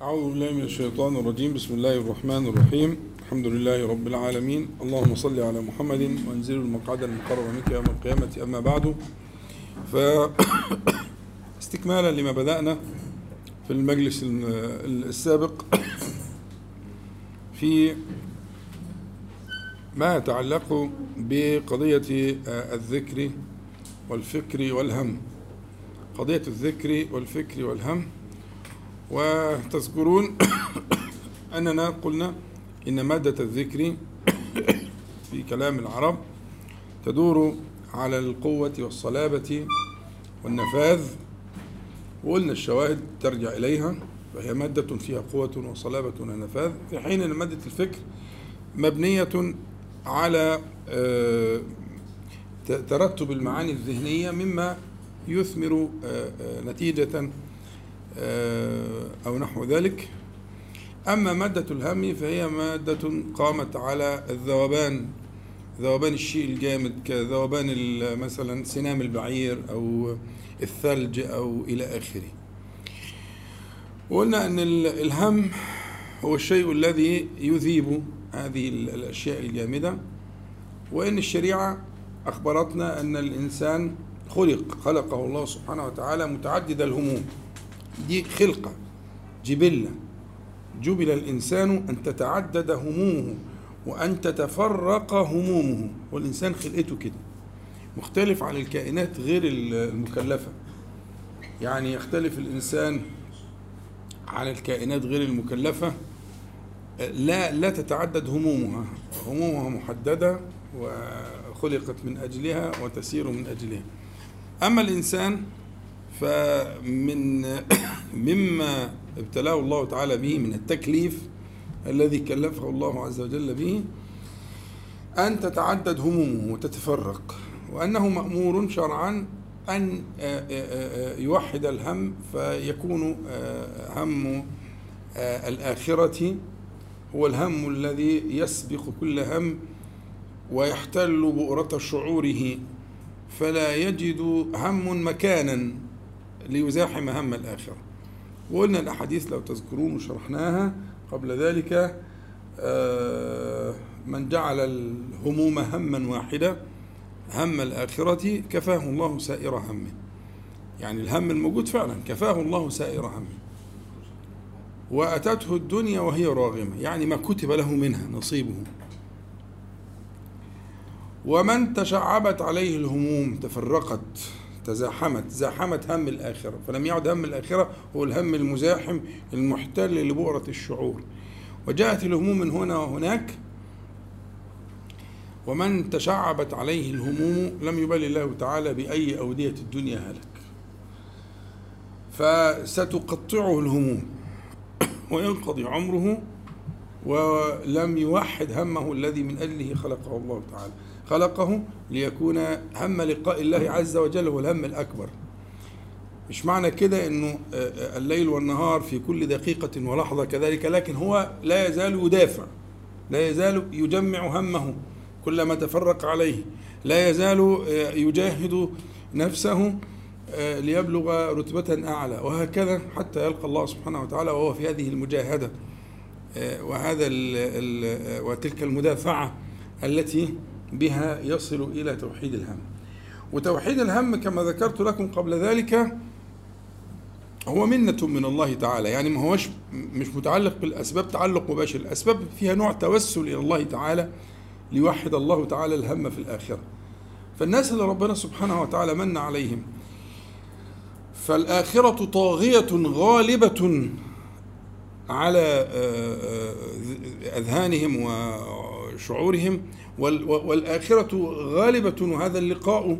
أعوذ بالله من الشيطان الرجيم. بسم الله الرحمن الرحيم. الحمد لله رب العالمين. اللهم صل على محمد وانزل المقعد المقرب منك يوم القيامة. أما بعد، فاستكمالا لما بدأنا في المجلس السابق في ما يتعلق بقضية الذكر والفكر والهم. قضية الذكر والفكر والهم. وتذكرون أننا قلنا إن مادة الذكر في كلام العرب تدور على القوة والصلابة والنفاذ، وقلنا الشواهد ترجع إليها، فهي مادة فيها قوة وصلابة ونفاذ، في حين أن مادة الفكر مبنية على ترتب المعاني الذهنية مما يثمر نتيجة أو نحو ذلك. أما مادة الهم فهي مادة قامت على ذوبان الشيء الجامد، كذوبان مثلا سنام البعير أو الثلج أو إلى آخره. وقلنا أن الهم هو الشيء الذي يذيب هذه الأشياء الجامدة، وأن الشريعة أخبرتنا أن الإنسان خلقه الله سبحانه وتعالى متعدد الهموم. دي خلقة جبلة، جبل الإنسان أن تتعدد همومه وأن تتفرق همومه، والإنسان خلقته كده مختلف عن الكائنات غير المكلفة. يعني يختلف الإنسان عن الكائنات غير المكلفة، لا تتعدد همومها محددة وخلقت من أجلها وتسير من أجلها. أما الإنسان مما ابتلاه الله تعالى به من التكليف الذي كلفه الله عز وجل به أن تتعدد همومه وتتفرق، وأنه مأمور شرعا أن يوحد الهم، فيكون هم الآخرة هو الهم الذي يسبق كل هم ويحتل بؤرة شعوره، فلا يجد هم مكانا ليزاحم هم الآخرة. وقلنا الأحاديث لو تذكرون وشرحناها قبل ذلك، من جعل الهموم هما واحدة هم الآخرة كفاه الله سائر همه. يعني الهم الموجود فعلا كفاه الله سائر همه، وأتته الدنيا وهي راغمة، يعني ما كتب له منها نصيبه. ومن تشعبت عليه الهموم تفرقت زاحمت هم الآخرة، فلم يعد هم الآخرة هو الهم المزاحم المحتل لبؤرة الشعور. وجاءت الهموم من هنا وهناك. ومن تشعبت عليه الهموم لم يبالي الله تعالى بأي أودية الدنيا هلك، فستقطعه الهموم وينقضي عمره ولم يوحد همه الذي من أجله خلقه الله تعالى. خلقه ليكون هم لقاء الله عز وجل هو الهم الأكبر. مش معنى كده أنه الليل والنهار في كل دقيقة ولحظة كذلك، لكن هو لا يزال يدافع، لا يزال يجمع همه كلما تفرق عليه، لا يزال يجاهد نفسه ليبلغ رتبة أعلى، وهكذا حتى يلقى الله سبحانه وتعالى وهو في هذه المجاهدة وتلك المدافعة التي بها يصل إلى توحيد الهم. وتوحيد الهم كما ذكرت لكم قبل ذلك هو منة من الله تعالى، يعني ما هوش مش متعلق بالأسباب تعلق مباشر، الأسباب فيها نوع توسل إلى الله تعالى ليوحد الله تعالى الهم في الآخرة. فالناس اللي ربنا سبحانه وتعالى من عليهم فالآخرة طاغية غالبة على أذهانهم وشعورهم، والآخرة غالبة، وهذا اللقاء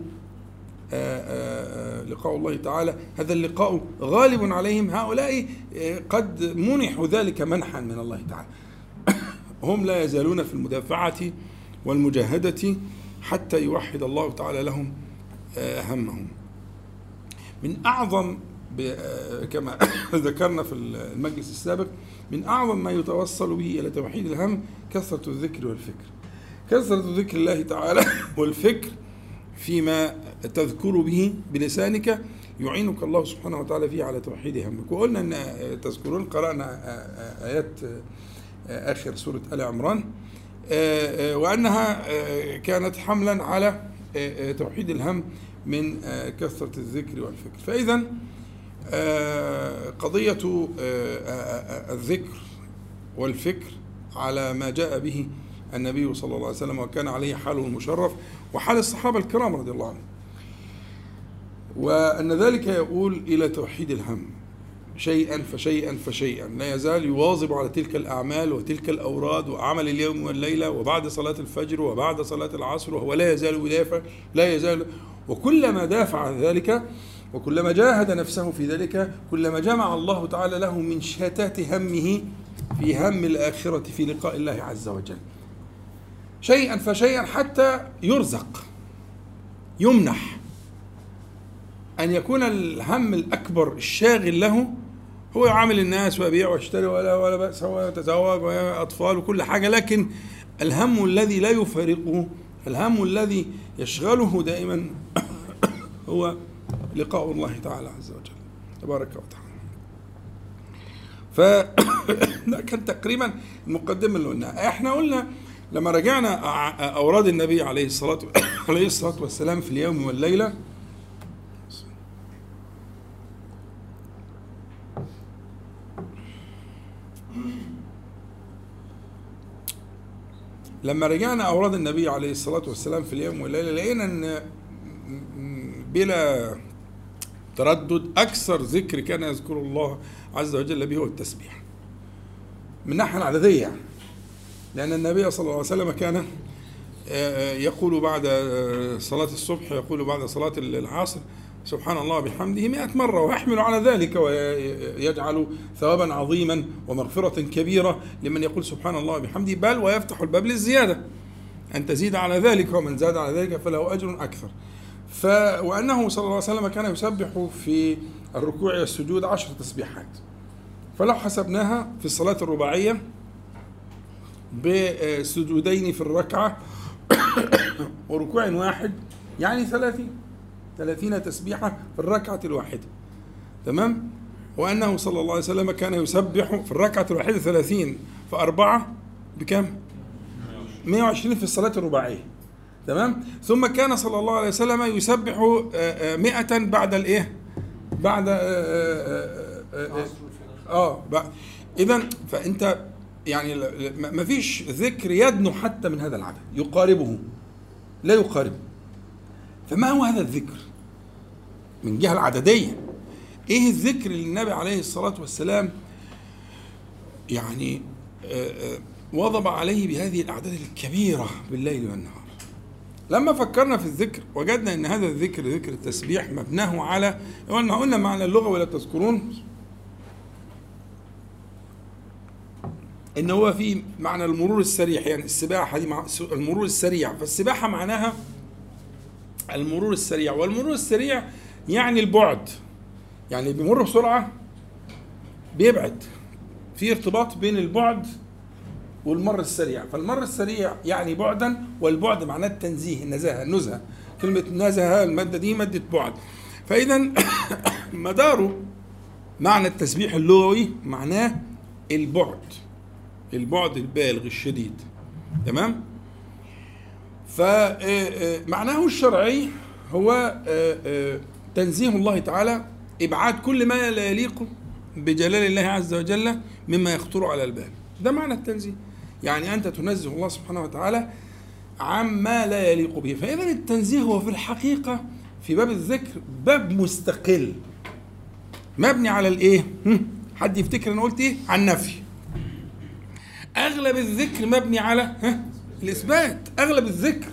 لقاء الله تعالى، هذا اللقاء غالب عليهم. هؤلاء قد منحوا ذلك منحا من الله تعالى، هم لا يزالون في المدافعة والمجاهدة حتى يوحد الله تعالى لهم همهم. من أعظم كما ذكرنا في المجلس السابق، من أعظم ما يتوصل به إلى توحيد الهم كثرة الذكر والفكر، كثرة ذكر الله تعالى والفكر فيما تذكر به بلسانك يعينك الله سبحانه وتعالى فيه على توحيد همك. وقلنا أن تذكرون قرأنا آيات آخر سورة آل عمران وأنها كانت حملا على توحيد الهم من كثرة الذكر والفكر. فإذا قضية الذكر والفكر على ما جاء به النبي صلى الله عليه وسلم وكان عليه حاله المشرف وحال الصحابة الكرام رضي الله عنهم، وأن ذلك يقول إلى توحيد الهم شيئا فشيئا فشيئا، لا يزال يواظب على تلك الأعمال وتلك الأوراد وعمل اليوم والليلة وبعد صلاة الفجر وبعد صلاة العصر، وهو لا يزال يدافع، لا يزال، وكلما دافع عن ذلك وكلما جاهد نفسه في ذلك كلما جمع الله تعالى له من شتات همه في هم الآخرة في لقاء الله عز وجل شيئا فشيئا حتى يرزق، يمنح أن يكون الهم الأكبر الشاغل له هو يعامل الناس ويبيع ويشتري ولا بأس ويتزوج وأطفال وكل حاجة، لكن الهم الذي لا يفارقه، الهم الذي يشغله دائما هو لقاء الله تعالى عز وجل تبارك وتعالى. فده كان تقريبا المقدمة اللي قلناها. احنا قلنا لما رجعنا أوراد النبي عليه الصلاة والسلام في اليوم والليلة، لما رجعنا أوراد النبي عليه الصلاة والسلام في اليوم والليلة لقينا أن بلا تردد أكثر ذكر كان يذكر الله عز وجل به هو التسبيح من الناحية العددية، لأن النبي صلى الله عليه وسلم كان يقول بعد صلاة الصبح، يقول بعد صلاة العصر سبحان الله بحمده 100 مرة، ويحمل على ذلك ويجعل ثوابا عظيما ومغفرة كبيرة لمن يقول سبحان الله بحمده، بل ويفتح الباب للزيادة أن تزيد على ذلك، ومن زاد على ذلك فله أجر أكثر. وأنه صلى الله عليه وسلم كان يسبح في الركوع والسجود 10 تسبيحات، فلو حسبناها في الصلاة الرباعية بسجودين في الركعة وركوع واحد يعني 30 تسبيحة في الركعة الواحدة، تمام؟ وأنه صلى الله عليه وسلم كان يسبح في الركعة الواحدة 30 في 4 بكم؟ 120 في الصلاة الرباعية، تمام؟ ثم كان صلى الله عليه وسلم يسبح 100 بعد الإيه؟ بعد إذن فأنت يعني ما فيش ذكر يدنو حتى من هذا العدد يقاربه، لا يقاربه. فما هو هذا الذكر من جهة العددية؟ ايه الذكر اللي النبي عليه الصلاة والسلام يعني وضب عليه بهذه الأعداد الكبيرة بالليل والنهار؟ لما فكرنا في الذكر وجدنا ان هذا الذكر ذكر التسبيح مبناه على، قلنا معنى اللغة ولا تذكرون ان هو في معنى المرور السريع، يعني السباحة دي المرور السريع، فالسباحة معناها المرور السريع، والمرور السريع يعني البعد، يعني بيمر بسرعة بيبعد، في ارتباط بين البعد والمر السريع، فالمر السريع يعني بعدا، والبعد معناه التنزيه، النزهة، كلمة نزهة المادة دي مادة بعد. فإذا مداره معنى التسبيح اللغوي معناه البعد البالغ الشديد، تمام؟ فمعناه الشرعي هو تنزيه الله تعالى، إبعاد كل ما لا يليق بجلال الله عز وجل مما يخطر على البال، ده معنى التنزيه، يعني أنت تنزه الله سبحانه وتعالى عما لا يليق به. فإذا التنزيه هو في الحقيقة في باب الذكر باب مستقل مبني على الإيه؟ حد يفتكر أنا قلت إيه؟ عن النفي. أغلب الذكر مبني على الإثبات، أغلب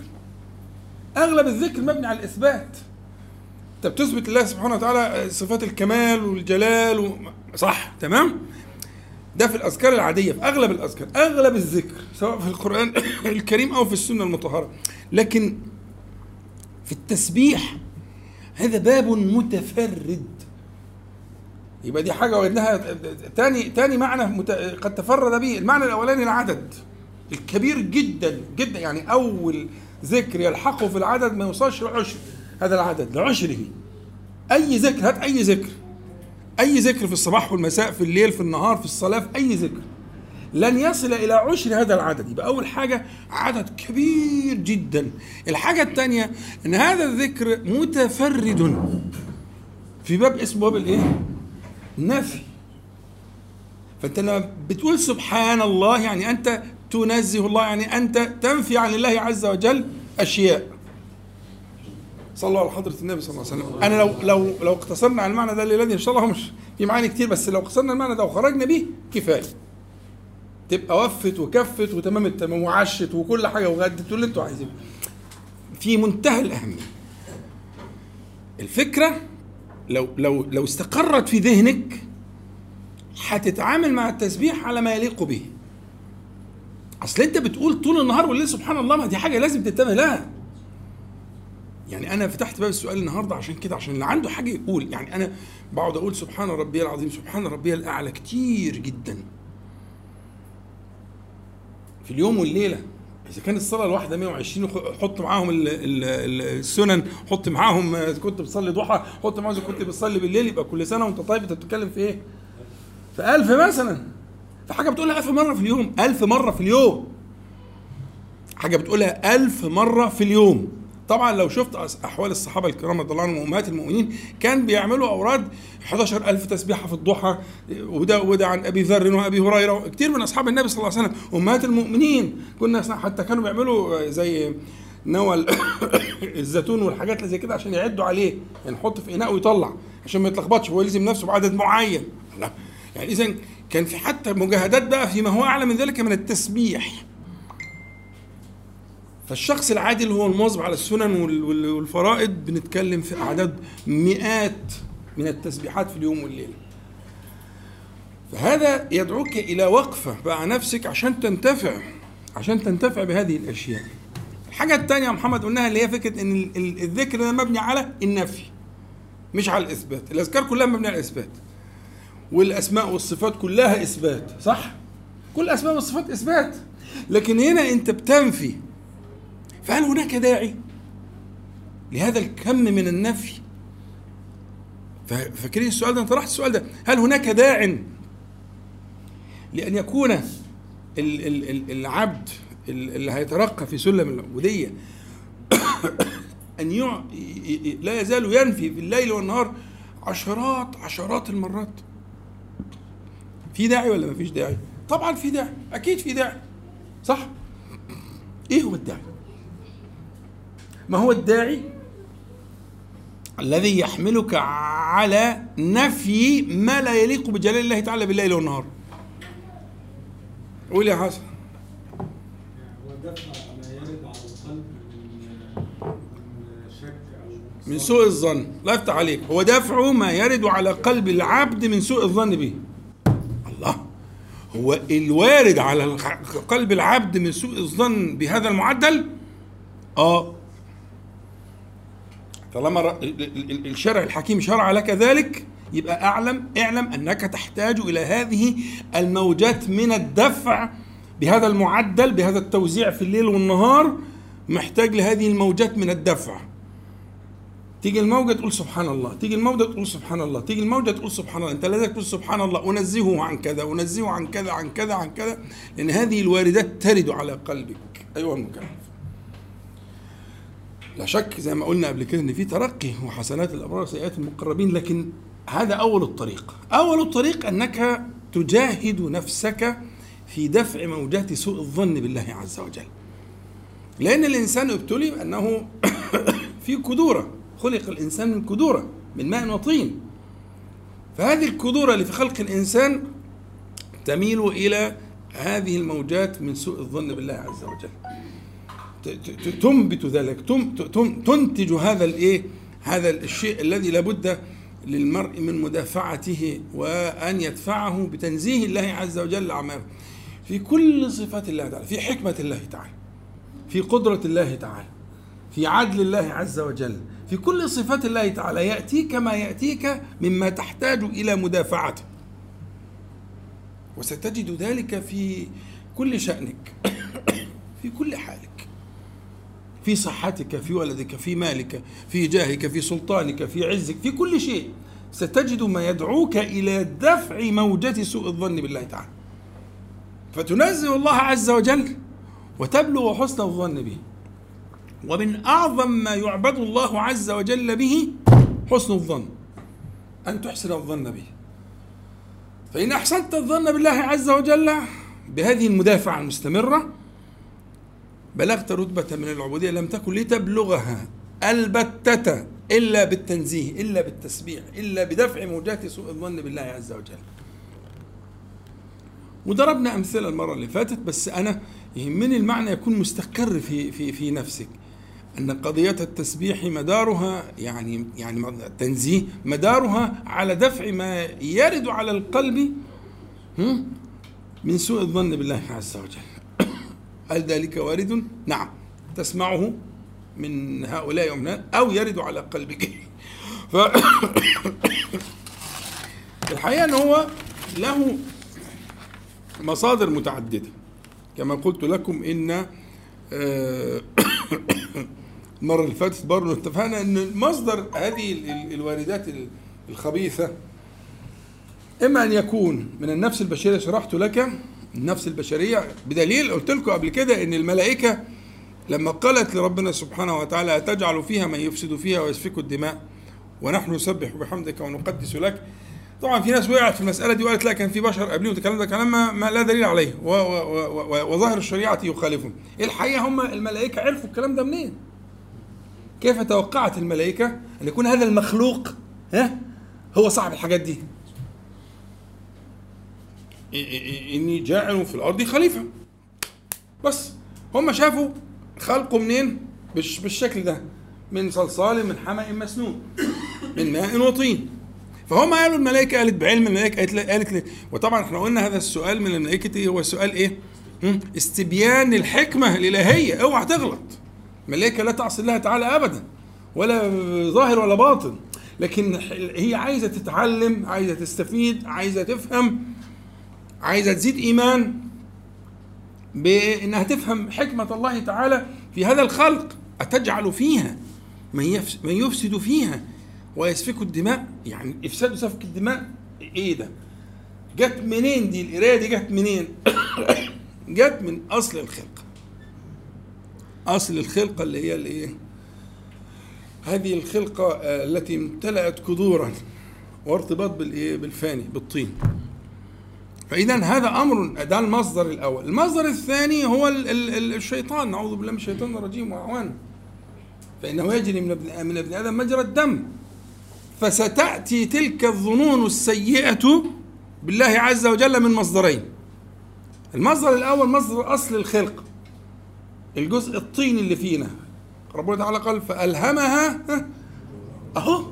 الذكر مبني على الإثبات. أنت بتثبت الله سبحانه وتعالى صفات الكمال والجلال صح، تمام؟ ده في الأذكار العادية، في أغلب الأذكار، أغلب الذكر سواء في القرآن الكريم أو في السنة المطهرة. لكن في التسبيح هذا باب متفرد، يبقى دي حاجة وجدناها تاني معنى قد تفرد به. المعنى الأولاني العدد الكبير جدا جدا، يعني أول ذكر يلحقه في العدد ما يوصلش لعشر هذا العدد، لعشره أي ذكر، هات أي ذكر، أي ذكر في الصباح والمساء، في الليل، في النهار، في الصلاة، في أي ذكر، لن يصل إلى عشر هذا العدد. يبقى أول حاجة عدد كبير جدا. الحاجة الثانية أن هذا الذكر متفرد في باب اسمه باب الإيه؟ النفي. فأنت لما بتقول سبحان الله يعني أنت تنزه الله، يعني أنت تنفي عن الله عز وجل أشياء. صلى الله على حضرة النبي صلى الله عليه وسلم. أنا لو اقتصرنا على المعنى ده الذي إن شاء الله مش في معاني كتير، بس لو اقتصرنا المعنى ده وخرجنا به كفاية، تبقى وفت وكفت وتمام التمام وعشت وكل حاجة وغدت واللي انتوا عايزينه. في منتهى الأهمية الفكرة لو استقرت في ذهنك هتتعامل مع التسبيح على ما يليق به. أصل أنت بتقول طول النهار والليل سبحان الله، ما دي حاجة لازم تنتبه لها. يعني أنا فتحت باب السؤال النهاردة عشان كده، عشان اللي عنده حاجة يقول. يعني أنا بقعد أقول سبحان ربي العظيم، سبحان ربي الأعلى كتير جدا في اليوم والليلة. إذا كانت الصلاة الواحدة 120، حط معاهم السنن، حط معاهم إذا كنت بتصلي ضحى، حط معاهم إذا كنت بتصلي بالليل، يبقى كل سنة وأنت طيب. أنت بتتكلم في إيه؟ في 1000 مثلا، في حاجة بتقولها 1000 مرة في اليوم. 1000 مرة في اليوم، حاجة بتقولها 1000 مرة في اليوم. طبعا لو شفت أحوال الصحابة الكرام رضي الله عنهم وأمهات المؤمنين، كان بيعملوا أوراد 11000 تسبيحة في الضحى، وده عن أبي ذر وأبي هريرة، كتير من أصحاب النبي صلى الله عليه وسلم أمهات المؤمنين كنا حتى كانوا بيعملوا زي نوى الزيتون والحاجات اللي زي كده عشان يعدوا عليه، يعني نحط في إناء ويطلع عشان ما يتلخبطش، هو يلزم نفسه بعدد معين. لا يعني إذن كان في حتى مجاهدات بقى فيما هو أعلى من ذلك من التسبيح. فالشخص العادي اللي هو المواظب على السنن والفرائض بنتكلم في أعداد مئات من التسبيحات في اليوم والليل. فهذا يدعوك إلى وقفة مع نفسك عشان تنتفع بهذه الأشياء. الحاجة الثانية يا محمد قلناها اللي هي فكرة إن الذكر ده مبني على النفي مش على الإثبات. الأذكار كلها مبنية على الإثبات، والأسماء والصفات كلها إثبات، صح؟ كل الأسماء والصفات إثبات، لكن هنا أنت بتنفي. فهل هناك داعي لهذا الكم من النفي؟ فاكرين السؤال ده؟ أنا طرحت السؤال ده. هل هناك داع لأن يكون العبد اللي هيترقى في سلم العبودية أن لا يزال ينفي في الليل والنهار عشرات المرات؟ في داعي ولا ما فيش داعي؟ طبعا في داعي، أكيد في داعي، صح؟ إيه هو الداعي؟ ما هو الداعي؟ الذي يحملك على نفي ما لا يليق بجلال الله تعالى بالليل والنهار. قول يا حسن. هو دفع ما يرد على القلب من شك أو من سوء الظن. لا يفتح عليك. هو دفع ما يرد على قلب العبد من سوء الظن به. الله، هو الوارد على قلب العبد من سوء الظن بهذا المعدل؟ طالما الشرع الحكيم شرع لك ذلك، يبقى اعلم أنك تحتاج إلى هذه الموجات من الدفع بهذا المعدل، بهذا التوزيع في الليل والنهار. محتاج لهذه الموجات من الدفع. تيجي الموجة تقول سبحان الله، تيجي الموجة تقول سبحان الله، تيجي الموجة تقول سبحان الله. أنت لازم تقول سبحان الله، أنزهه عن كذا، أنزهه عن كذا عن كذا عن كذا، لأن هذه الواردات ترد على قلبك أيها المكلف. لا شك زي ما قلنا قبل كده ان في ترقي، وحسنات الابرار سيئات المقربين، لكن هذا اول الطريق. اول الطريق انك تجاهد نفسك في دفع موجات سوء الظن بالله عز وجل، لان الانسان ابتلي بانه في كدوره، خلق الانسان من كدوره، من ماء وطين. فهذه الكدوره اللي في خلق الانسان تميل الى هذه الموجات من سوء الظن بالله عز وجل، تنبت ذلك، تنتج هذا الشيء الذي لابد للمرء من مدافعته، وأن يدفعه بتنزيه الله عز وجل عما في كل صفات الله تعالى، في حكمة الله تعالى، في قدرة الله تعالى، في عدل الله عز وجل، في كل صفات الله تعالى. يأتيك ما يأتيك مما تحتاج إلى مدافعته، وستجد ذلك في كل شأنك في كل حالك. في صحتك، في ولدك، في مالك، في جاهك، في سلطانك، في عزك، في كل شيء ستجد ما يدعوك إلى دفع موجة سوء الظن بالله تعالى، فتنزه الله عز وجل وتبلغ حسن الظن به. ومن أعظم ما يعبد الله عز وجل به حسن الظن، أن تحسن الظن به. فإن أحسنت الظن بالله عز وجل بهذه المدافعة المستمرة بلغت رتبة من العبودية لم تكن لتبلغها البتة إلا بالتنزيه، إلا بالتسبيح، إلا بدفع موجات سوء الظن بالله عز وجل. وضربنا أمثلة المرة اللي فاتت، بس أنا يهمني المعنى يكون مستقر في نفسك، أن قضية التسبيح مدارها يعني التنزيه مدارها على دفع ما يرد على القلب من سوء الظن بالله عز وجل. هل ذلك وارد؟ نعم، تسمعه من هؤلاء ومن أو يرد على قلبك. الحقيقة أنه هو له مصادر متعددة، كما قلت لكم إن المرة اللي فاتت برضه اتفقنا أن مصدر هذه الواردات الخبيثة إما أن يكون من النفس البشرية، شرحت لك النفس البشرية بدليل قلت لكم قبل كده أن الملائكة لما قالت لربنا سبحانه وتعالى أتجعل فيها من يفسد فيها ويسفك الدماء ونحن نسبح بحمدك ونقدس لك. طبعا في ناس وقعت في المسألة دي وقالت لا كان في بشر قبليه والكلام ده كلام ما لا دليل عليه وظاهر الشريعة يخالفه. الحقيقة هم الملائكة عرفوا الكلام ده منين؟ كيف توقعت الملائكة أن يكون هذا المخلوق هو صاحب الحاجات دي؟ إني جاعل في الأرض خليفة، بس هم شافوا خلقه منين؟ بالشكل ده، من صلصال من حمأ مسنون من ماء وطين. فهم قالوا الملائكة قالت بعلم، الملائكة قالت وطبعا احنا قلنا هذا السؤال من الملائكة هو سؤال ايه؟ استبيان الحكمة الإلهية. اوعى تغلط، الملائكة لا تعصي الله تعالى أبدا، ولا ظاهر ولا باطن، لكن هي عايزة تتعلم، عايزة تستفيد، عايزة تفهم، عايزة تزيد إيمان بأنها تفهم حكمة الله تعالى في هذا الخلق. أتجعل فيها من يفسد فيها ويسفك الدماء، يعني إفساد وسفك الدماء إيه ده؟ جت منين دي القراية دي؟ جت منين؟ جت من أصل الخلق. أصل الخلقة اللي هي الإيه؟ هذه الخلقة التي امتلأت كدورا وارتباط بالإيه؟ بالفاني بالطين. فإذا هذا أمر، ده المصدر الأول. المصدر الثاني هو الشيطان، نعوذ بالله من الشيطان الرجيم وأعوانه، فإنه يجري من ابن آدم مجرى الدم. فستأتي تلك الظنون السيئة بالله عز وجل من مصدرين. المصدر الأول مصدر أصل الخلق، الجزء الطين اللي فينا، ربنا تعالى قال فألهمها أهو،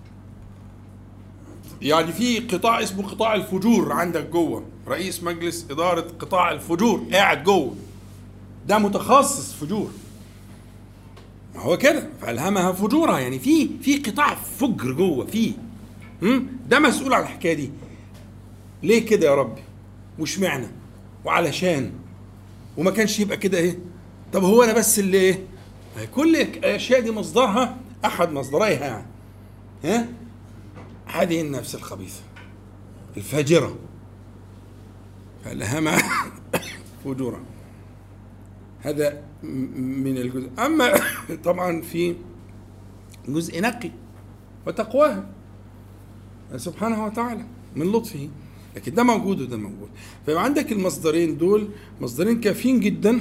يعني في قطاع اسمه قطاع الفجور عندك جوه، رئيس مجلس إدارة قطاع الفجور قاعد جوه، ده متخصص فجور، هو كده فألهمها فجورها، يعني في قطاع فجر جوه فيه، ده مسؤول عن الحكايه دي. ليه كده يا ربي؟ وش معنى؟ وعلشان وما كانش يبقى كده ايه؟ طب هو انا بس اللي ايه؟ كل الاشياء دي مصدرها احد مصدريها يعني هذه النفس الخبيثه الفاجره، فألهمها فجورها. هذا من الجزء. أما طبعا في جزء نقي وتقواها سبحانه وتعالى من لطفه، لكن ده موجود وده موجود. فيبقى عندك المصدرين دول مصدرين كافيين جدا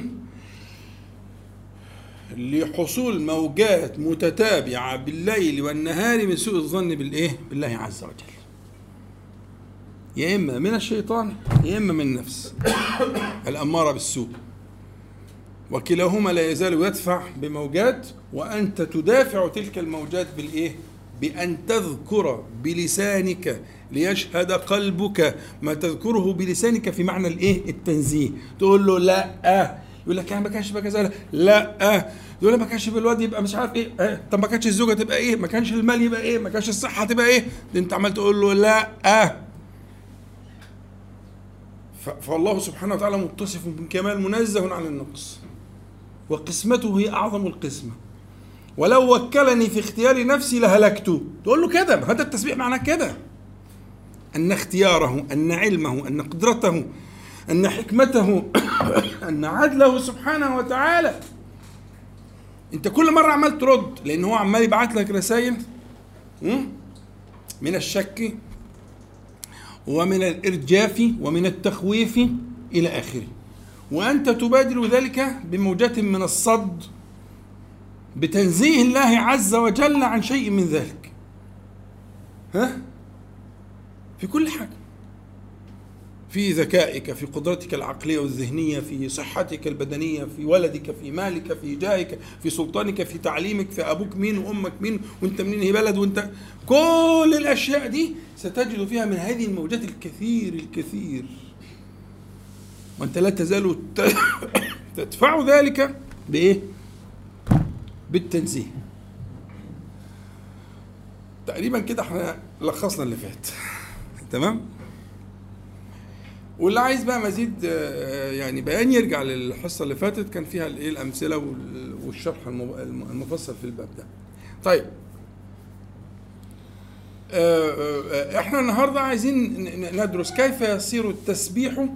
لحصول موجات متتابعة بالليل والنهار من سوء الظن بالله عز وجل، يا إما من الشيطان يا إما من النفس الأمارة بالسوء، وكلاهما لا يزال يدفع بموجات، وأنت تدافع تلك الموجات بأن تذكر بلسانك ليشهد قلبك ما تذكره بلسانك في معنى التنزيه. تقول له لا، يقول لك ما كانش كذا، لا يقول لك ما كانش بالواد يبقى مش عارف ايه، طب ما كانش الزوجه تبقى ايه، ما كانش المال يبقى ايه، ما كانش الصحه تبقى ايه، انت عمال تقول له لا. فالله سبحانه وتعالى متصف بالكمال منزه عن النقص، وقسمته هي أعظم القسمة، ولو وكلني في اختيار نفسي لهلكت. تقول له كده، هذا التسبيح معناه كده، أن اختياره، أن علمه، أن قدرته، أن حكمته، أن عدله سبحانه وتعالى. أنت كل مرة عمال ترد، لأن هو عمال يبعت لك رسائل من الشك ومن الإرجاف ومن التخويف إلى آخره، وأنت تبادل ذلك بموجة من الصد بتنزيه الله عز وجل عن شيء من ذلك. في كل حاجة، في ذكائك، في قدرتك العقلية والذهنية، في صحتك البدنية، في ولدك، في مالك، في جاهك، في سلطانك، في تعليمك، في أبوك مين وأمك مين وأنت منين هي بلد وأنت، كل الأشياء دي ستجد فيها من هذه الموجات الكثير، وأنت لا تزال تدفع ذلك بإيه؟ بالتنزيه. تقريبا كده احنا لخصنا اللي فات، تمام؟ واللي عايز بقى مزيد يعني بيان يرجع للحصة اللي فاتت، كان فيها الايه الأمثلة والشرح المفصل في الباب ده. طيب احنا النهارده عايزين ندرس كيف يصير التسبيح.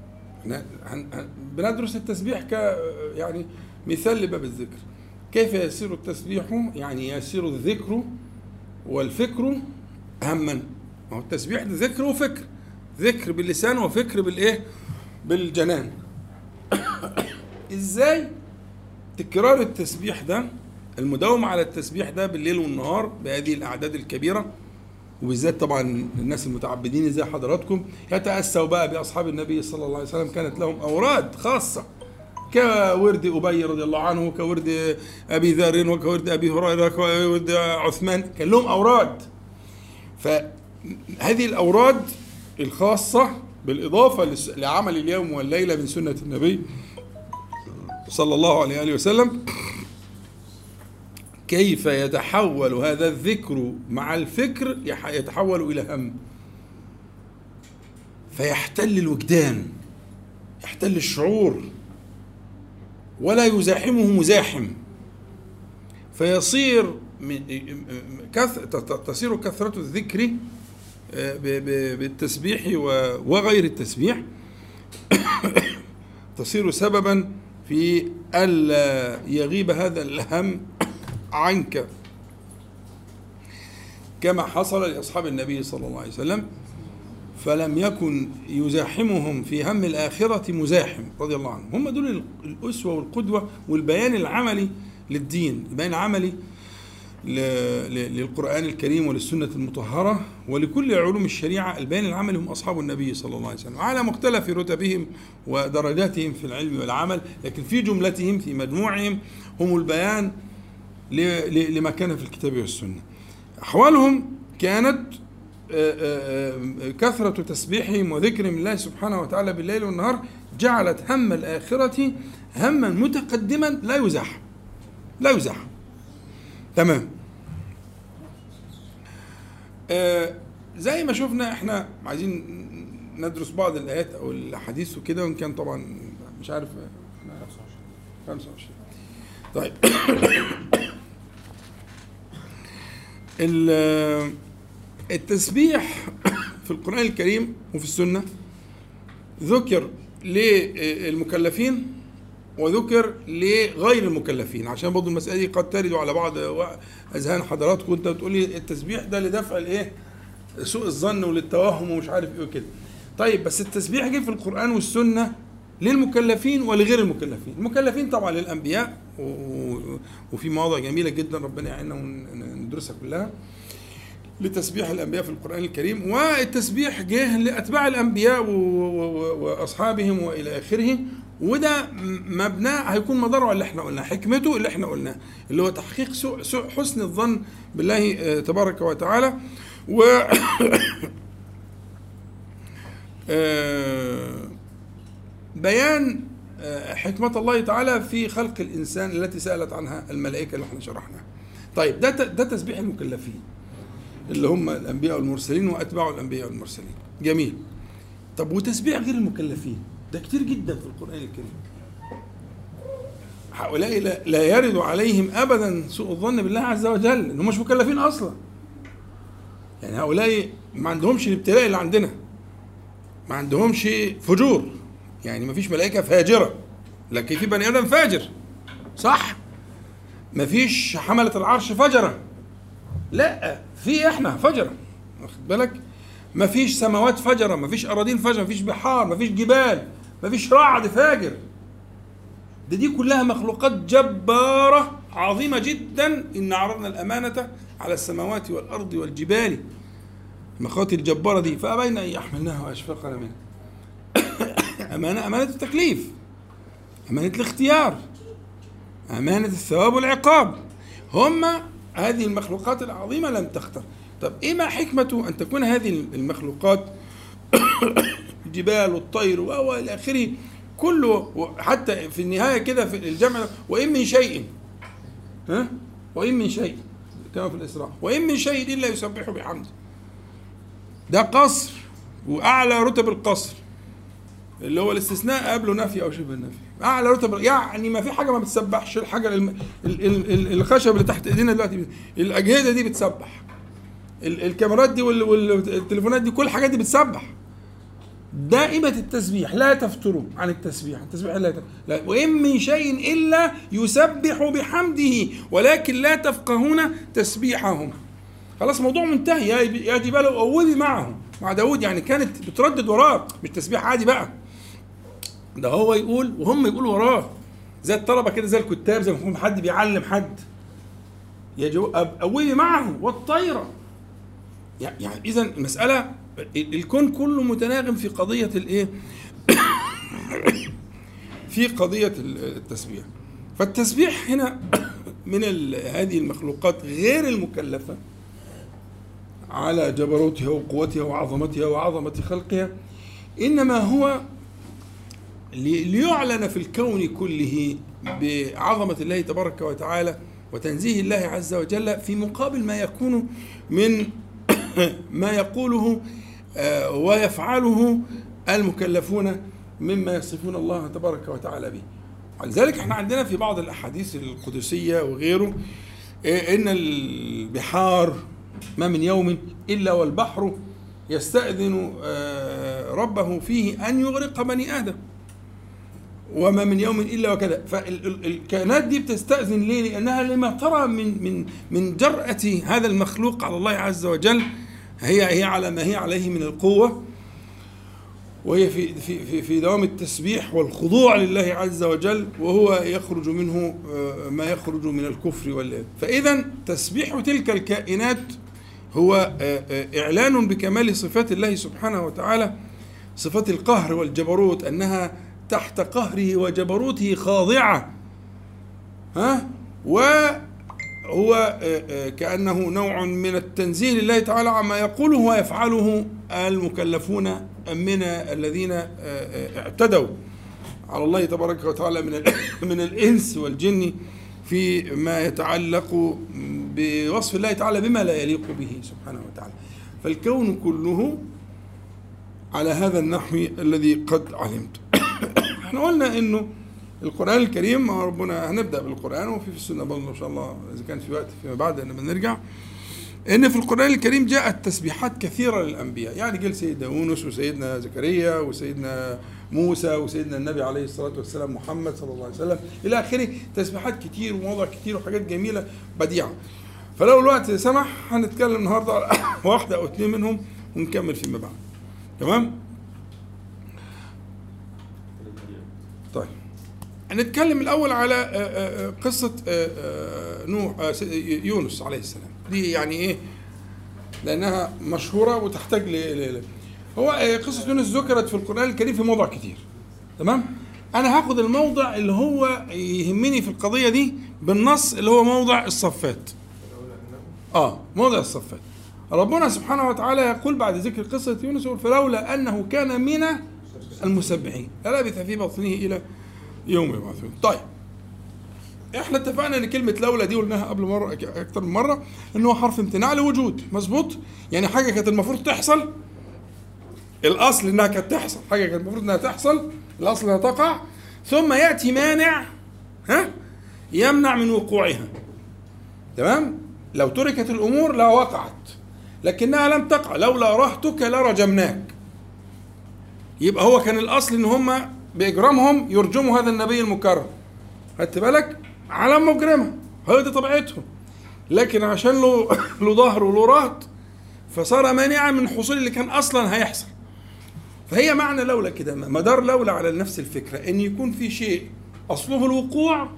بندرس التسبيح يعني مثال لباب الذكر. كيف يصير التسبيح؟ يعني يصير الذكر والفكر هما. ما هو التسبيح ده ذكر وفكر، ذكر باللسان وفكر بالايه؟ بالجنان. ازاي تكرار التسبيح ده، المداومة على التسبيح ده بالليل والنهار بهذه الأعداد الكبيرة، وبالذات طبعا الناس المتعبدين زي حضراتكم يتأسوا بقى بأصحاب النبي صلى الله عليه وسلم، كانت لهم أوراد خاصة كورد أبي رضي الله عنه، كورد أبي ذر، وكورد أبي هريرة، كورد عثمان، كان لهم أوراد. فهذه الأوراد الخاصة بالإضافة لعمل اليوم والليلة من سنة النبي صلى الله عليه وسلم، كيف يتحول هذا الذكر مع الفكر، يتحول إلى هم، فيحتل الوجدان، يحتل الشعور، ولا يزاحمه مزاحم، فيصير تصير كثرة الذكر بالتسبيح وغير التسبيح تصير سببا في ألا يغيب هذا الهم عنك، كما حصل لأصحاب النبي صلى الله عليه وسلم، فلم يكن يزاحمهم في هم الآخرة مزاحم رضي الله عنهم. هم دول الأسوة والقدوة والبيان العملي للدين، البيان العملي للقرآن الكريم وللسنة المطهرة ولكل علوم الشريعة. البيان العملي هم أصحاب النبي صلى الله عليه وسلم على مختلف رتبهم ودرجاتهم في العلم والعمل، لكن في جملتهم في مجموعهم هم البيان لما كان في الكتاب والسنة. أحوالهم كانت كثرة تسبيحهم وذكرهم الله سبحانه وتعالى بالليل والنهار جعلت هم الآخرة هما متقدما لا يزاح. تمام. زي ما شفنا احنا عايزين ندرس بعض الآيات أو الحديث وكده، وإن كان طبعا مش عارف 25. طيب التسبيح في القرآن الكريم وفي السنة ذكر للمكلفين وذكر لغير المكلفين، عشان برضو المسألة دي قد ترد على بعض أذهان حضراتكم. وانت بتقول لي التسبيح ده لدفع الايه؟ سوء الظن وللتوهم ومش عارف ايه وكده. طيب بس التسبيح جه في القرآن والسنة للمكلفين ولغير المكلفين. المكلفين طبعا للأنبياء، وفي مواضع جميلة جدا ربنا يعيننا وندرسها كلها لتسبيح الأنبياء في القرآن الكريم، والتسبيح جه لأتباع الأنبياء وأصحابهم وإلى آخره. وده مبناه هيكون مداره اللي احنا قلناه، حكمته اللي احنا قلناه، اللي هو تحقيق حسن الظن بالله تبارك وتعالى، و بيان حكمة الله تعالى في خلق الإنسان التي سألت عنها الملائكة اللي احنا شرحناها. طيب ده تسبيح المكلفين اللي هم الأنبياء والمرسلين وأتباع الأنبياء والمرسلين. جميل. طب وتسبيح غير المكلفين ده كتير جدا في القرآن الكريم. هؤلاء لا يرد عليهم أبدا سوء الظن بالله عز وجل، إنهم مش مكلفين أصلا. يعني هؤلاء ما عندهمش الابتلاء اللي عندنا، ما عندهمش فجور، يعني ما فيش ملائكة فاجرة، لكن في بني آدم فاجر، صح؟ ما فيش حملة العرش فجرة، لا، في احنا فجرة، واخد بالك؟ ما فيش سماوات فجرة، ما فيش أراضين فجرة، ما فيش بحار، ما فيش جبال، ما فيش رعد فاجر. دي كلها مخلوقات جبارة عظيمة جدا. إن عرضنا الأمانة على السماوات والأرض والجبال، المخلوقات الجبارة دي فأبين أن يحملناها وأشفقنا منها. أمانة التكليف، أمانة الاختيار، أمانة الثواب والعقاب. هم هذه المخلوقات العظيمة لم تختر. طب إيه ما حكمة أن تكون هذه المخلوقات الجبال والطير وإلى آخره كله، حتى في النهاية كده في الجمع، وإن من شيء، وإن من شيء كما في الإسراء، وإن من شيء إلا يسبح بحمده. ده قصر، وأعلى رتب القصر اللي هو الاستثناء قبله نفي أو شبه النفي، أعلى رتب، يعني ما في حاجة ما بتسبحش. الحاجة الخشب اللي تحت إيدينا دلوقتي، الأجهزة دي بتسبح، الكاميرات دي والتليفونات دي، كل الحاجات دي بتسبح. دائمة التسبيح، لا تفتروا عن التسبيح، التسبيح لا. وإن من شيء إلا يسبح بحمده ولكن لا تفقهون تسبيحهم. خلاص موضوع منتهي. يا جبال أوبي معه، مع داود، يعني كانت بتردد وراه، مش تسبيح عادي بقى، ده هو يقول وهم يقولوا وراه، زي الطلبة كده، زي الكتاب، زي ما يكون حد بيعلم حد. أوبي معه والطيرة. يعني إذن المسألة، الكون كله متناغم في قضية الايه؟ في قضية التسبيح. فالتسبيح هنا من هذه المخلوقات غير المكلفة على جبروتها وقوتها وعظمتها وعظمة خلقها، إنما هو ليعلن في الكون كله بعظمة الله تبارك وتعالى وتنزيه الله عز وجل، في مقابل ما يكون من ما يقوله ويفعله المكلفون مما يصفون الله تبارك وتعالى به. ولذلك احنا عندنا في بعض الأحاديث القدسية وغيره إن البحار ما من يوم إلا والبحر يستأذن ربه فيه أن يغرق بني آدم، وما من يوم إلا وكذا. فالكائنات دي بتستأذن ليه؟ لأنها لما ترى من جرأة هذا المخلوق على الله عز وجل، هي على ما هي عليه من القوة، وهي في دوام التسبيح والخضوع لله عز وجل، وهو يخرج منه ما يخرج من الكفر فإذا تسبيح تلك الكائنات هو إعلان بكمال صفات الله سبحانه وتعالى، صفات القهر والجبروت، أنها تحت قهره وجبروته خاضعة، وهو كأنه نوع من التنزيه لله تعالى عما يقوله ويفعله المكلفون من الذين اعتدوا على الله تبارك وتعالى من الإنس والجن في ما يتعلق بوصف الله تعالى بما لا يليق به سبحانه وتعالى. فالكون كله على هذا النحو الذي قد علمت. احنا قلنا انه القرآن الكريم، ربنا هنبدأ بالقرآن وفي السنة برضه ان شاء الله اذا كان في وقت فيما بعد لما نرجع، ان في القرآن الكريم جاءت تسبيحات كثيرة للأنبياء. يعني قال سيدنا يونس وسيدنا زكريا وسيدنا موسى وسيدنا النبي عليه الصلاة والسلام محمد صلى الله عليه وسلم إلى آخره، تسبيحات كتير ومواضع كتير وحاجات جميلة بديعة. فلو الوقت سمح هنتكلم النهارده على واحدة أو اثنين منهم ونكمل فيما بعد. تمام؟ طيب هنتكلم الأول على قصة يونس عليه السلام. دي يعني إيه؟ لأنها مشهورة وتحتاج هو قصة يونس ذكرت في القرآن الكريم في موضع كتير. تمام؟ أنا هاخد الموضع اللي هو يهمني في القضية دي بالنص، اللي هو موضع الصفات. موضع الصفات. ربنا سبحانه وتعالى يقول بعد ذكر قصة يونس: فلولا أنه كان من المسبحين للبث في بطنه إلى يوم يبعثون. طيب احنا اتفقنا ان كلمة لولا دي قلناها قبل مرة اكتر من مرة انه حرف امتناع لوجود. مظبوط؟ يعني حاجة كانت المفروض تحصل، الاصل انها كانت تحصل، حاجة كانت المفروض انها تحصل، الاصل انها تقع، ثم يأتي مانع يمنع من وقوعها. تمام؟ لو تركت الأمور لا وقعت، لكنها لم تقع. لولا رهتك لرجمناك. يبقى هو كان الأصل إن هم بإجرامهم يرجموا هذا النبي المكرم. خدت بالك؟ على مجرمة، هذه دي طبيعتهم. لكن عشان له ظهر وله رهط فصار مانعا من حصول اللي كان أصلا هيحصل. فهي معنى لولا كده، مدار لولا على نفس الفكرة، إن يكون في شيء أصله الوقوع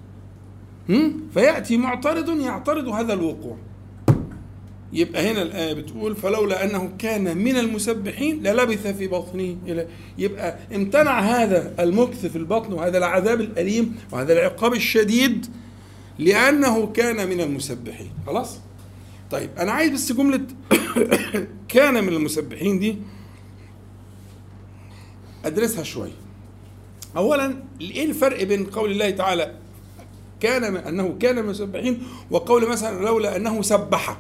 فيأتي معترض يعترض هذا الوقوع. يبقى هنا الآية بتقول فلولا أنه كان من المسبحين للبث في بطنه إلى. يبقى امتنع هذا المكث في البطن وهذا العذاب الأليم وهذا العقاب الشديد لأنه كان من المسبحين. خلاص؟ طيب أنا عايز بس جملة كان من المسبحين دي أدرسها شوي. أولا إيه الفرق بين قول الله تعالى كان أنه كان من المسبحين وقول مثلا لولا أنه سبح؟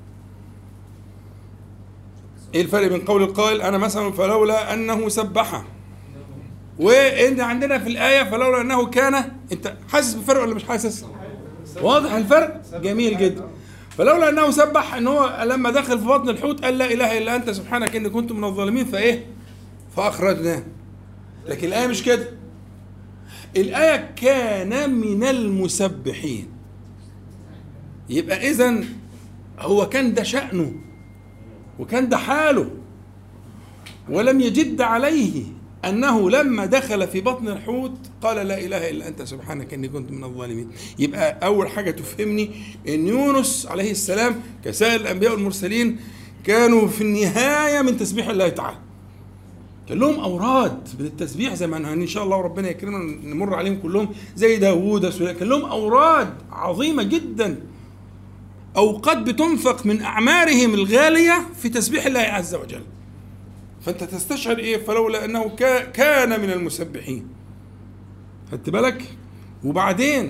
ايه الفرق بين قول القائل انا مثلا فلولا انه سبح، وان عندنا في الايه فلولا انه كان؟ انت حاسس بالفرق ولا مش حاسس؟ واضح الفرق؟ جميل جدا. فلولا انه سبح ان هو لما دخل في بطن الحوت قال لا اله الا انت سبحانك اني كنت من الظالمين فايه؟ فاخرجناه. لكن الايه مش كده. الايه كان من المسبحين. يبقى اذا هو كان ده شأنه وكان ده حاله، ولم يجد عليه أنه لما دخل في بطن الحوت قال لا إله إلا أنت سبحانك إني كنت من الظالمين. يبقى أول حاجة تفهمني أن يونس عليه السلام كسائر الأنبياء والمرسلين كانوا في النهاية من تسبيح الله تعالى. كان لهم أوراد من التسبيح زي ما إن شاء الله ربنا يكرمنا نمر عليهم كلهم، زي داوود سليمان، كان لهم أوراد عظيمة جدا، أوقات بتنفق من أعمارهم الغالية في تسبيح الله عز وجل. فأنت تستشعر إيه فلولا أنه كان من المسبحين. خدت بالك؟ وبعدين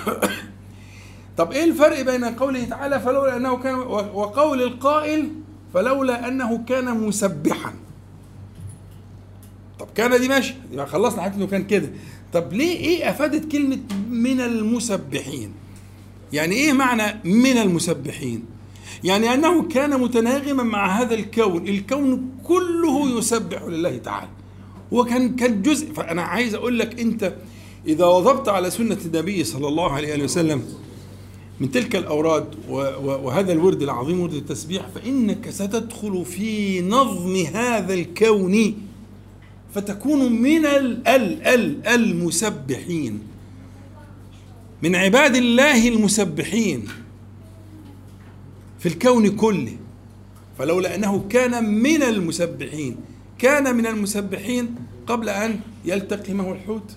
طب إيه الفرق بين قوله تعالى فلولا أنه كان وقول القائل فلولا أنه كان مسبحا؟ طب كان دي ماشي، يعني خلصنا حتى أنه كان كده. طب ليه إيه أفادت كلمة من المسبحين؟ يعني ايه معنى من المسبحين؟ يعني انه كان متناغما مع هذا الكون، الكون كله يسبح لله تعالى، وكان جزء. فانا عايز اقول لك انت اذا وظبت على سنة النبي صلى الله عليه وسلم من تلك الاوراد وهذا الورد العظيم ورد التسبيح، فانك ستدخل في نظم هذا الكون فتكون من المسبحين، من عباد الله المسبحين في الكون كله. فلولا أنه كان من المسبحين، كان من المسبحين قبل أن يلتقمه الحوت،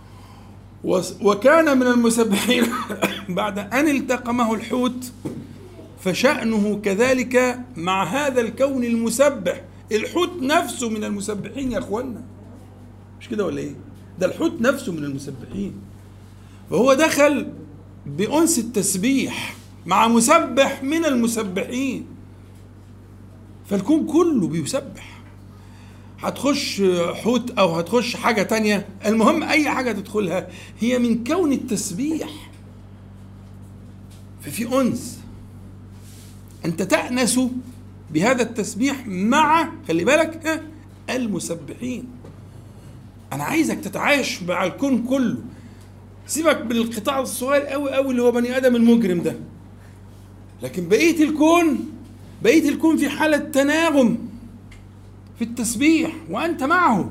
وكان من المسبحين بعد أن التقمه الحوت، فشأنه كذلك مع هذا الكون المسبح. الحوت نفسه من المسبحين يا أخوانا، مش كده ولا إيه؟ ده الحوت نفسه من المسبحين. فهو دخل بأنس التسبيح مع مسبح من المسبحين، فالكون كله بيسبح. هتخش حوت أو هتخش حاجة تانية، المهم أي حاجة تدخلها هي من كون التسبيح، ففي أنس، أنت تأنس بهذا التسبيح مع، خلي بالك، المسبحين. أنا عايزك تتعايش مع الكون كله، سيبك من القطاع الصغير قوي قوي اللي هو بني آدم المجرم ده، لكن بقية الكون في حالة تناغم في التسبيح، وأنت معه،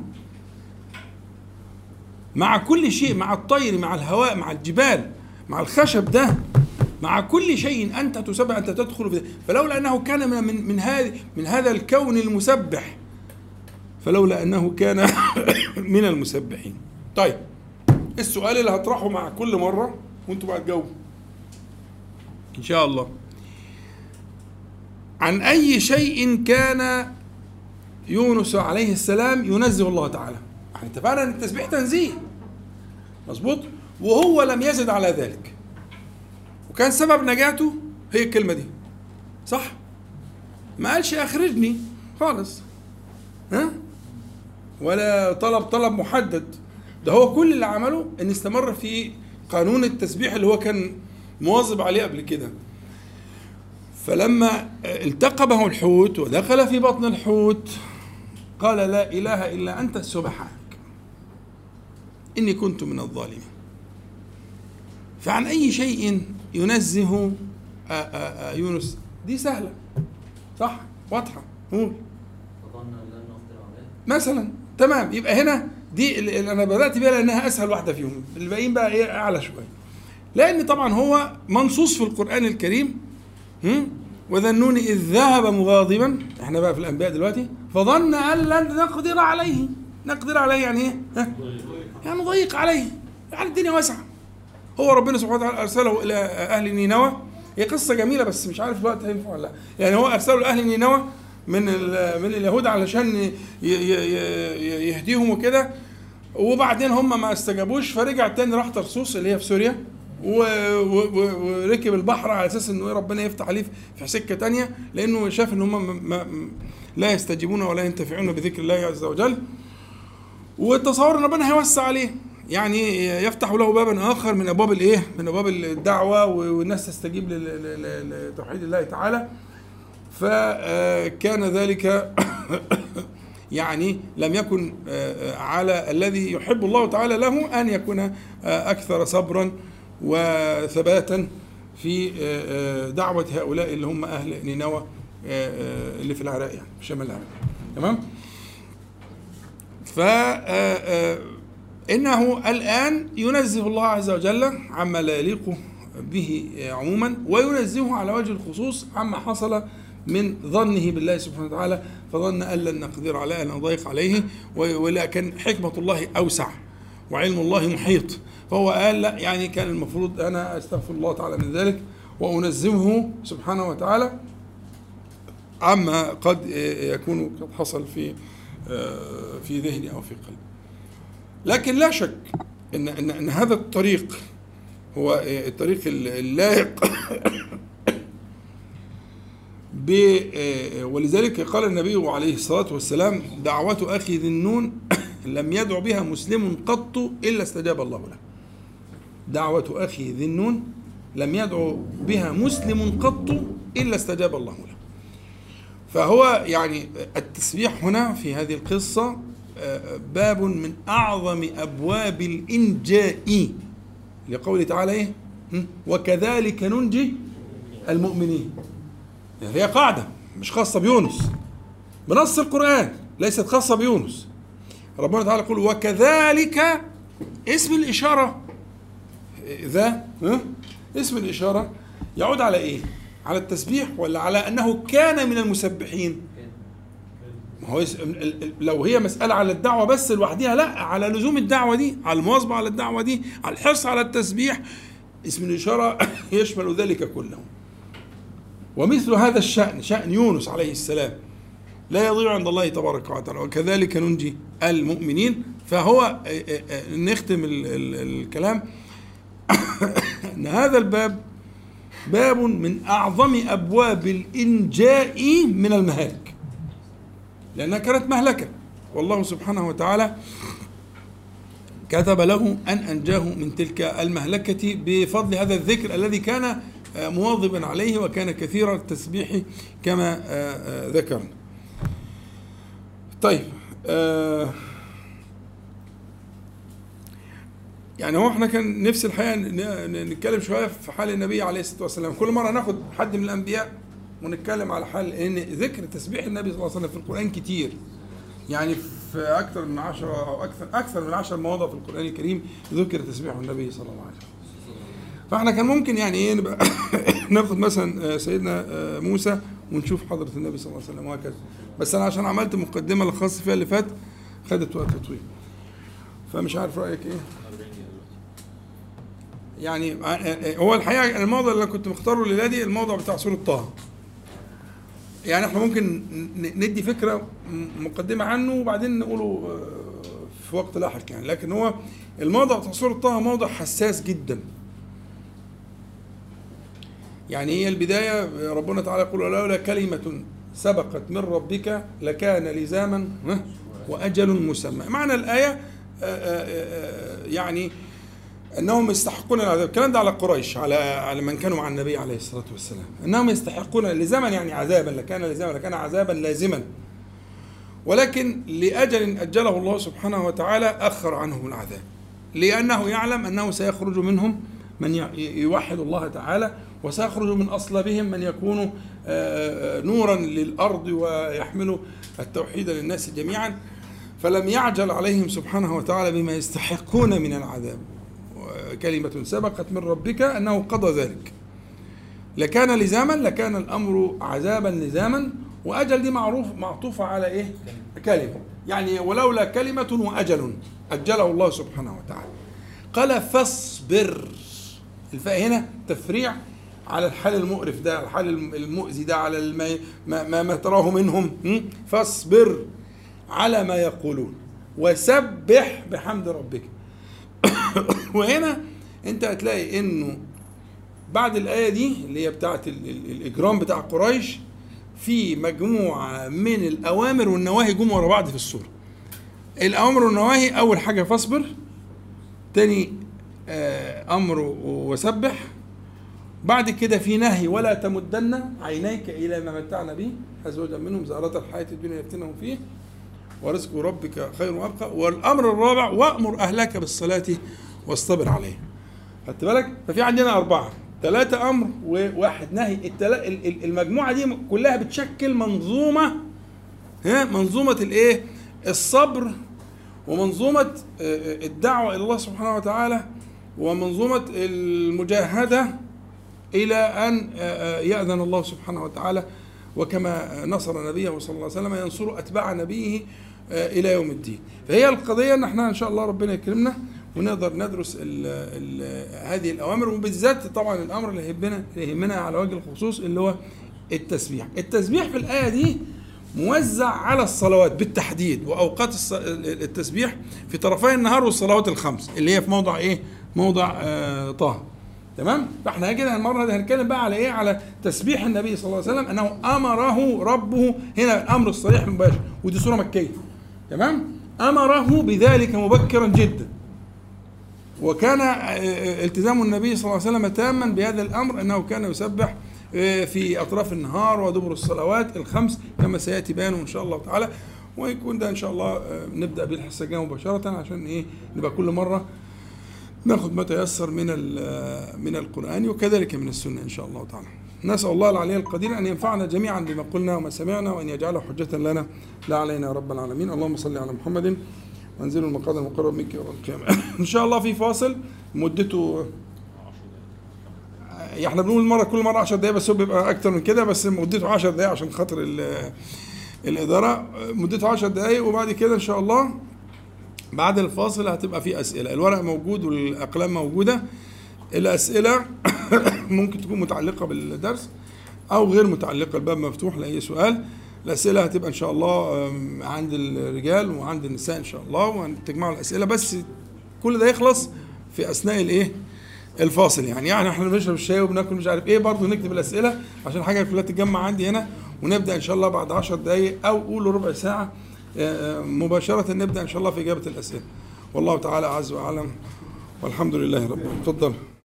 مع كل شيء، مع الطير، مع الهواء، مع الجبال، مع الخشب ده، مع كل شيء أنت تسبح، أنت تدخل في ده. فلولا أنه كان من هذا الكون المسبح، فلولا أنه كان من المسبحين. طيب السؤال اللي هطرحه مع كل مرة وانتوا بقى تجاوبوا إن شاء الله، عن أي شيء كان يونس عليه السلام ينزه الله تعالى؟ احنا اتفقنا أن التسبيح تنزيه، مظبوط، وهو لم يزد على ذلك، وكان سبب نجاته هي الكلمة دي، صح؟ ما قالش أخرجني خالص، ها؟ ولا طلب محدد، ده هو كل اللي عمله ان استمر في قانون التسبيح اللي هو كان مواظب عليه قبل كده. فلما التقمه الحوت ودخل في بطن الحوت قال لا إله إلا أنت سبحانك إني كنت من الظالمين. فعن أي شيء ينزه يونس؟ دي سهلة صح واضحة. قول مثلا. تمام. يبقى هنا دي اللي أنا بدأت بيها لأنها أسهل واحدة فيهم، الباقيين بقى إيه أعلى شوية، لأن طبعا هو منصوص في القرآن الكريم. وذنون إذ ذهب مغاضبا، احنا بقى في الأنبياء دلوقتي، فظن أن لن نقدر عليه. نقدر عليه يعني إيه؟ يعني ضيق عليه، يعني الدنيا واسعة. هو ربنا سبحانه وتعالى أرسله إلى أهل نينوى. هي قصة جميلة بس مش عارف الوقت هينفع ولا لا. يعني هو أرسله لأهل نينوى من اليهود علشان يهديهم وكده، وبعدين هم ما استجابوش، فرجع تاني راح ترسوس اللي هي في سوريا، وركب البحر على اساس انه ربنا يفتح عليه في سكه تانية، لانه شاف ان هم لا يستجيبون ولا ينتفعون بذكر الله عز وجل، وتصور ان ربنا هيوسع عليه، يعني يفتح له بابا اخر من ابواب الايه، من ابواب الدعوه، والناس تستجيب لتوحيد الله تعالى. فكان ذلك يعني لم يكن على الذي يحب الله تعالى له ان يكون اكثر صبرا وثباتا في دعوة هؤلاء اللي هم أهل نينوى اللي في العراق، يعني في شمال العراق. تمام. فإنه الآن ينزه الله عز وجل عما لا يليق به عموما، وينزهه على وجه الخصوص عما حصل من ظنه بالله سبحانه وتعالى، فظن أن لن نقدر عليه، أن نضيق عليه، ولكن حكمة الله أوسع وعلم الله محيط. فهو قال لا، يعني كان المفروض أنا أستغفر الله تعالى من ذلك وأنزهه سبحانه وتعالى عما قد يكون قد حصل في ذهني أو في قلبي. لكن لا شك إن هذا الطريق هو الطريق اللائق ولذلك قال النبي عليه الصلاة والسلام: دعوة أخي ذي النون لم يدع بها مسلم قط إلا استجاب الله له. دعوة أخي ذي النون لم يدعو بها مسلم قط إلا استجاب الله له. فهو يعني التسبيح هنا في هذه القصة باب من أعظم أبواب الإنجاء، لقوله تعالى إيه؟ وكذلك ننجي المؤمنين. يعني هي قاعدة مش خاصة بيونس، بنص القرآن، ليست خاصة بيونس. ربنا تعالى يقول وكذلك، اسم الإشارة ذا اسم الإشارة يعود على إيه؟ على التسبيح ولا على أنه كان من المسبحين؟ هو لو هي مسألة على الدعوة بس لوحدها، لا، على لزوم الدعوة دي، على المواظبة على الدعوة دي، على الحرص على التسبيح، اسم الإشارة يشمل ذلك كله. ومثل هذا الشأن، شأن يونس عليه السلام، لا يضيع عند الله تبارك وتعالى، وكذلك ننجي المؤمنين. فهو نختم الكلام أن هذا الباب باب من أعظم أبواب الإنجاء من المهالك، لأنها كانت مهلكة، والله سبحانه وتعالى كتب له أن أنجاه من تلك المهلكة بفضل هذا الذكر الذي كان مواظبا عليه وكان كثير التسبيح كما ذكرنا. طيب، يعني هو احنا كان نفس الحقيقة نتكلم شوية في حال النبي عليه الصلاة والسلام. كل مرة ناخد حد من الأنبياء ونتكلم على حال، ان ذكر تسبيح النبي صلى الله عليه وسلم في القرآن كتير، يعني في أكثر من 10 أو أكثر من 10 مواضع في القرآن الكريم ذكر تسبيح النبي صلى الله عليه وسلم. فاحنا كان ممكن يعني ايه نبقى ناخد مثلا سيدنا موسى ونشوف حضرة النبي صلى الله عليه وسلم وهكذا، بس انا عشان عملت مقدمة الخاصة فيها اللي فات خدت وقت طويل، فمش عارف رأيك ايه. يعني هو الحقيقة الموضوع اللي كنت مختاره الليلة دي الموضوع بتاع سورة طه، يعني احنا ممكن ندي فكرة مقدمة عنه وبعدين نقوله في وقت لاحق يعني، لكن هو الموضوع بتاع سورة طه موضوع حساس جدا. يعني هي البداية ربنا تعالى يقول ولولا كلمة سبقت من ربك لكان لزاما وأجل مسمى. معنى الآية يعني أنهم يستحقون العذاب. الكلام ده على قريش، على من كانوا مع النبي عليه الصلاة والسلام، أنهم يستحقون لزمن، يعني عذابا، لكان لزمن، لكان عذابا لازما، ولكن لأجل أجله الله سبحانه وتعالى أخر عنهم العذاب، لأنه يعلم أنه سيخرج منهم من يوحد الله تعالى، وسيخرج من أصلابهم من يكون نورا للأرض ويحمل التوحيد للناس جميعا، فلم يعجل عليهم سبحانه وتعالى بما يستحقون من العذاب. كلمة سبقت من ربك أنه قضى ذلك، لكان لزاما، لكان الأمر عذابا لزاما، وأجل دي معطوفة على إيه؟ كلمة، يعني ولولا كلمة وأجل أجله الله سبحانه وتعالى. قال فاصبر، الفاء هنا تفريع على الحال المؤرف ده، الحال المؤذي ده، على ما تراه منهم. فاصبر على ما يقولون وسبح بحمد ربك. وهنا انت هتلاقي انه بعد الآية دي اللي هي بتاعت الإجرام بتاع قريش، في مجموعة من الأوامر والنواهي جم ورا بعض في السورة. الأوامر والنواهي، أول حاجة فاصبر، تاني أمر وسبح، بعد كده في نهي ولا تمدن عينيك إلى ما متعنا به أزواجا منهم زهرة الحياة الدنيا يفتنهم فيه ورزق ربك خير وأبقى، والأمر الرابع وأمر أهلك بالصلاة واصطبر عليه. خدت بالك؟ ففي عندنا 4، 3 أمر وواحد نهي. المجموعة دي كلها بتشكل منظومة، منظومة الإيه؟ الصبر، ومنظومة الدعوة إلى الله سبحانه وتعالى، ومنظومة المجاهدة إلى أن يأذن الله سبحانه وتعالى، وكما نصر نبيه صلى الله عليه وسلم ينصر أتباع نبيه إلى يوم الدين. فهي القضية أن احنا إن شاء الله ربنا يكرمنا ونقدر ندرس هذه الأوامر، وبالذات طبعا الأمر اللي يهمنا على وجه الخصوص اللي هو التسبيح. التسبيح في الآية دي موزع على الصلوات بالتحديد، وأوقات التسبيح في طرفي النهار والصلوات الخمس اللي هي في موضع إيه؟ موضع طه. تمام؟ فاحنا كده المرة دي هنتكلم بقى على إيه؟ على تسبيح النبي صلى الله عليه وسلم، أنه أمره ربه، هنا الأمر الصريح المباشر، ودي سورة مكية. تمام؟ أمره بذلك مبكرا جدا، وكان التزام النبي صلى الله عليه وسلم تاما بهذا الأمر، أنه كان يسبح في أطراف النهار ودبر الصلوات الخمس كما سيأتي بيانه إن شاء الله تعالى. ويكون ده إن شاء الله نبدأ بالحصة الجاية مباشرة، عشان إيه؟ نبقى كل مرة ناخذ ما تيسر من القرآن وكذلك من السنة إن شاء الله تعالى. نسأل الله العلي القدير أن ينفعنا جميعا بما قلنا وما سمعنا، وأن يجعله حجة لنا لا علينا يا رب العالمين. اللهم صل على محمد وانزل المقعد المقرب منك يوم القيامة. إن شاء الله في فاصل مدته، احنا بنقول كل مرة 10 دقايق، بس هو بيبقى أكتر من كده، بس مدته 10 دقايق عشان خاطر الإدارة، مدته 10 دقايق. وبعد كده إن شاء الله بعد الفاصل هتبقى في أسئلة، الورق موجود والأقلام موجودة. الأسئلة ممكن تكون متعلقة بالدرس أو غير متعلقة، الباب مفتوح لأي سؤال. الأسئلة هتبقى إن شاء الله عند الرجال وعند النساء إن شاء الله، وهتجمعوا الأسئلة، بس كل ده يخلص في أثناء الإيه؟ الفاصل. يعني احنا بنشرب الشاي وبناكل مش عارف إيه، برضه نكتب الأسئلة عشان الحاجة كلها تتجمع عندي هنا، ونبدأ إن شاء الله بعد 10 دقايق أو قولوا ربع ساعة مباشرة نبدأ إن شاء الله في إجابة الأسئلة. والله تعالى أعز وأعلم، والحمد لله رب العالمين. تفضل.